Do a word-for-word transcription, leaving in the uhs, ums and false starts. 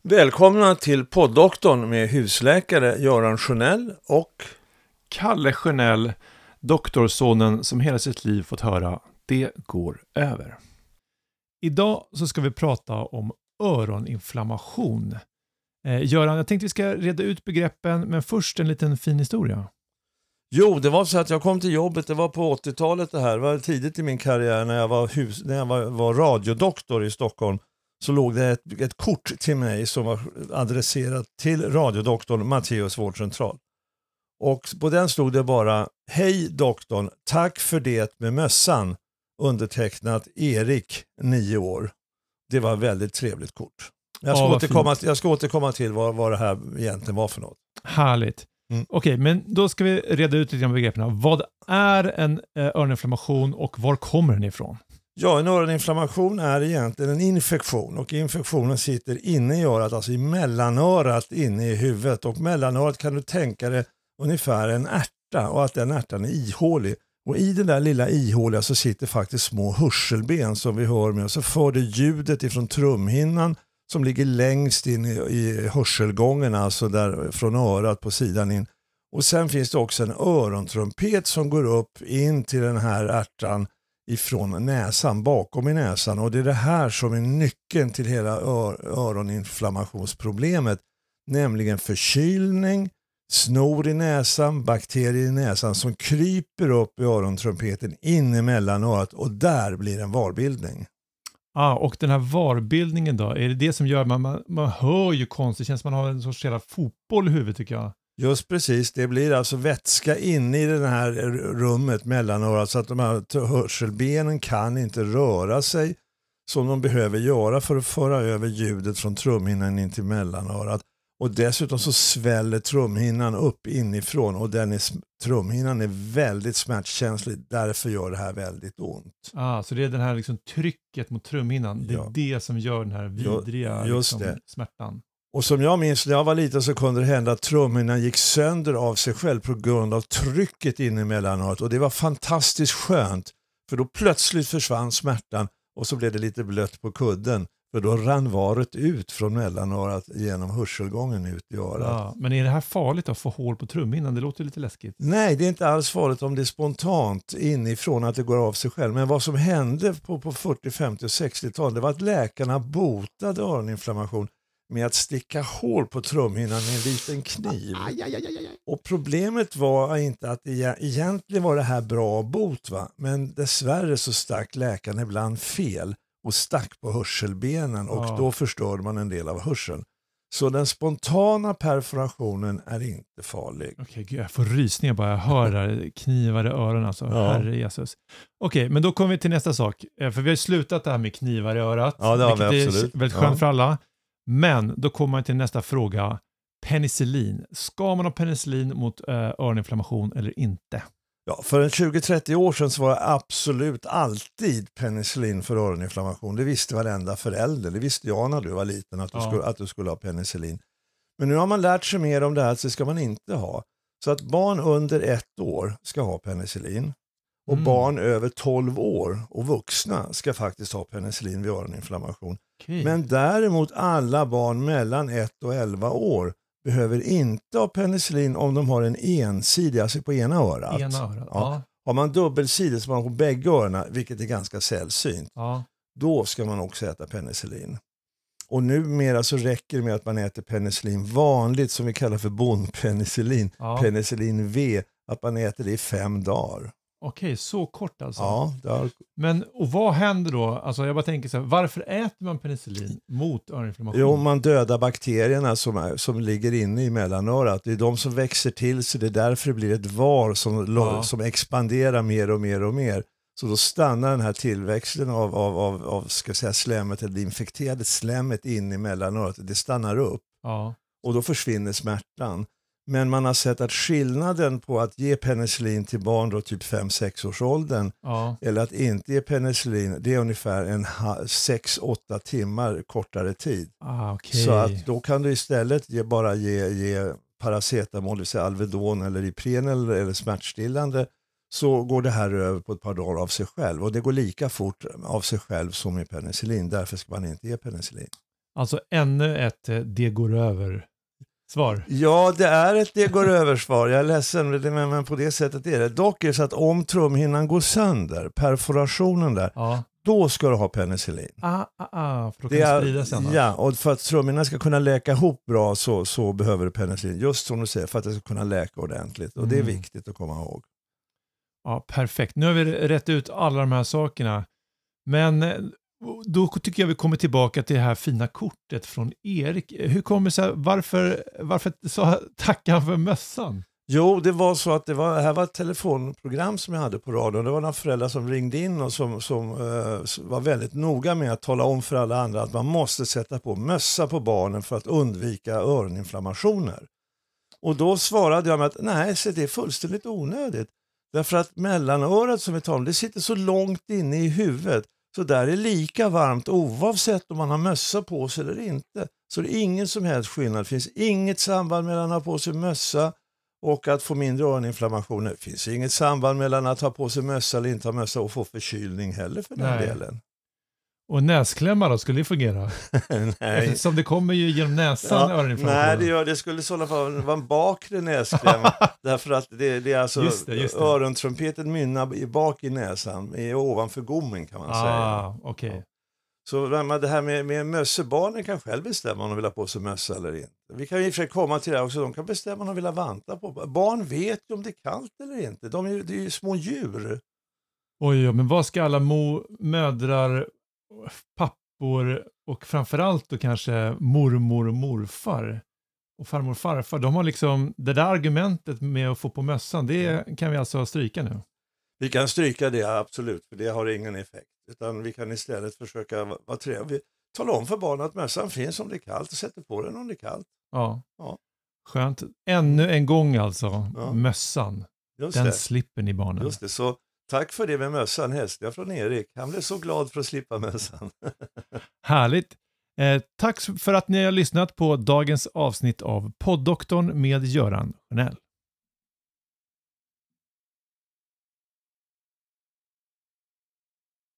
Välkomna till poddoktorn med husläkare Göran Sjönell och Kalle Sjönell, doktorsonen som hela sitt liv fått höra det går över. Idag så ska vi prata om öroninflammation. Eh, Göran, jag tänkte vi ska reda ut begreppen, men först en liten fin historia. Jo, det var så att jag kom till jobbet, det var på åttiotalet det här, det var tidigt i min karriär när jag var, hus, när jag var, var radiodoktor i Stockholm. Så låg det ett, ett kort till mig som var adresserat till radiodoktorn Matteus vårdcentral. Och på den stod det bara: hej doktorn, tack för det med mössan, undertecknat Erik, nio år. Det var ett väldigt trevligt kort. Jag ska, ja, återkomma, jag ska återkomma till vad, vad det här egentligen var för något. Härligt. Mm. Okej, men då ska vi reda ut lite grann begreppen. Vad är en öroninflammation och var kommer den ifrån? Ja, en öroninflammation är egentligen en infektion, och infektionen sitter inne i örat, alltså i mellanörat inne i huvudet, och mellanörat kan du tänka dig ungefär en ärta, och att den ärtan är ihålig, och i den där lilla ihåliga så sitter faktiskt små hörselben som vi hör med, och så för det ljudet ifrån trumhinnan som ligger längst in i, i hörselgången, alltså där från örat på sidan in, och sen finns det också en örontrumpet som går upp in till den här ärtan ifrån näsan, bakom i näsan, och det är det här som är nyckeln till hela ör- öroninflammationsproblemet, nämligen förkylning, snor i näsan, bakterier i näsan som kryper upp i örontrumpeten in emellan örat, och där blir en varbildning. Ah, och den här varbildningen då, är det det som gör man, man, man hör ju konstigt, det känns som man har en sorts hela fotboll i huvudet tycker jag. Just precis, det blir alltså vätska inne i det här rummet mellan örat, så att de här hörselbenen kan inte röra sig som de behöver göra för att föra över ljudet från trumhinnan in till mellanörat. Och dessutom så sväller trumhinnan upp inifrån, och den är, trumhinnan är väldigt smärtkänslig, därför gör det här väldigt ont. Ah, så det är den här liksom trycket mot trumhinnan, det är ja. det som gör den här vidriga Just liksom, det. smärtan. Och som jag minns när jag var liten så kunde det hända att trumhinnan gick sönder av sig själv på grund av trycket in i mellanörat, och det var fantastiskt skönt, för då plötsligt försvann smärtan och så blev det lite blött på kudden, för då rann varet ut från mellanörat genom hörselgången ut i örat. Ja, men är det här farligt att få hål på trumhinnan? Det låter lite läskigt. Nej, det är inte alls farligt om det är spontant inifrån, att det går av sig själv. Men vad som hände på, på fyrtio, femtio och sextio-talet, det var att läkarna botade öroninflammation med att sticka hål på trumhinnan med en liten kniv. Aj, aj, aj, aj. Och problemet var inte att det, egentligen var det här bra bot, va? Men dessvärre så stack läkaren ibland fel och stack på hörselbenen, och ja. Då förstörde man en del av hörseln. Så den spontana perforationen är inte farlig. Okej, okay, jag får rysningar bara jag hör där, knivar i öronen alltså, ja. Herre Jesus. Okej, okay, men då kommer vi till nästa sak. För vi har slutat det här med knivar i örat. Ja, det har vi absolut. Det är väldigt skönt ja. för alla. Men då kommer man till nästa fråga. Penicillin. Ska man ha penicillin mot äh, öroninflammation eller inte? Ja, för en tjugo till trettio år sedan så var det absolut alltid penicillin för öroninflammation. Det visste varenda förälder. Det visste jag när du var liten, att du, ja. skulle, att du skulle ha penicillin. Men nu har man lärt sig mer om det här, så ska man inte ha. Så att barn under ett år ska ha penicillin. Och mm. barn över tolv år och vuxna ska faktiskt ha penicillin vid öroninflammation. Okay. Men däremot alla barn mellan ett och elva år behöver inte ha penicillin om de har en ensidig, alltså på ena örat. Ena örat, ja. Ja. Har man dubbelsidig som man har på bägge öronen, vilket är ganska sällsynt, ja. då ska man också äta penicillin. Och numera så räcker det med att man äter penicillin vanligt, som vi kallar för bondpenicillin, ja. Penicillin V, att man äter det i fem dagar. Okej, så kort alltså. Ja, har... Men och vad händer då? Alltså jag bara tänker så här, varför äter man penicillin mot öroninflammation? Jo, man dödar bakterierna som, är, som ligger inne i mellanörat. Det är de som växer till, så det är därför det blir ett var som, ja. som expanderar mer och mer och mer. Så då stannar den här tillväxten av, av, av, av ska jag säga, slemmet, eller det infekterade slemmet in i mellanörat. Det stannar upp. Ja. Och då försvinner smärtan. Men man har sett att skillnaden på att ge penicillin till barn då typ fem sex års åldern, ja. eller att inte ge penicillin, det är ungefär en sex åtta timmar kortare tid. Ah, okay. Så att då kan du istället ge, bara ge, ge paracetamol, det vill säga Alvedon eller Ipren eller, eller smärtstillande, så går det här över på ett par dagar av sig själv. Och det går lika fort av sig själv som med penicillin, därför ska man inte ge penicillin. Alltså ännu ett eh, det går över svar. Ja, det är ett det går över svar. Jag är ledsen, men, men på det sättet är det. Dock är det så att om trumhinnan går sönder, perforationen där, Ja. då ska du ha penicillin. Ah, ah, ah, för då kan Det det är, sprida sig annars. ja, och för att trumhinnan ska kunna läka ihop bra så, så behöver du penicillin. Just som du säger, för att det ska kunna läka ordentligt. Och det är Mm. viktigt att komma ihåg. Ja, perfekt. Nu har vi rätt ut alla de här sakerna. Men eh, då tycker jag vi kommer tillbaka till det här fina kortet från Erik. Hur kommer det sig, varför, varför sa tacka för mössan? Jo, det var så att det var, här var ett telefonprogram som jag hade på radion. Det var några föräldrar som ringde in och som, som uh, var väldigt noga med att tala om för alla andra att man måste sätta på mössa på barnen för att undvika öroninflammationer. Och då svarade jag med att nej, så det är fullständigt onödigt. Därför att mellanörat som vi talar om, det sitter så långt inne i huvudet. Så där är lika varmt oavsett om man har mössa på sig eller inte. Så det är ingen som helst skillnad. Det finns inget samband mellan att ha på sig mössa och att få mindre öroninflammationer. Det finns inget samband mellan att ha på sig mössa eller inte ha mössa och få förkylning heller för den Nej. delen. Och näsklämmar då, skulle det fungera? Nej. Eftersom det kommer ju genom näsan, Ja, öroninflammation. nej, det, gör, det skulle i sådana fall vara en bakre näskläm. Därför att det, det är alltså Just det, just det. örontrumpeten mynnar i bak i näsan, i ovanför gommen kan man säga. Ah, okej. Ja. Så det här med, med mössebarnen kan själv bestämma om de vill ha på sig mössa eller inte. Vi kan ju försöka komma till det också, de kan bestämma om de vill ha vantar på. Barn vet ju om det är kallt eller inte, de är, det är ju små djur. Oj, ja, men vad ska alla mo, mödrar, pappor och framförallt då kanske mormor och morfar och farmor och farfar, de har liksom, det där argumentet med att få på mössan, det kan vi alltså stryka nu. Vi kan stryka det, absolut, för det har ingen effekt. Utan vi kan istället försöka vara trevliga. Tala om för barnen att mössan finns om det är kallt och sätter på den om det är kallt. Ja, Ja. Skönt. Ännu en gång alltså, Ja. mössan. Just Den det. slipper ni barnen. Just det, så tack för det med mössan, hälsningar från Erik. Han blev så glad för att slippa mössan. Härligt. Eh, tack för att ni har lyssnat på dagens avsnitt av Poddoktorn med Göran Sjönell.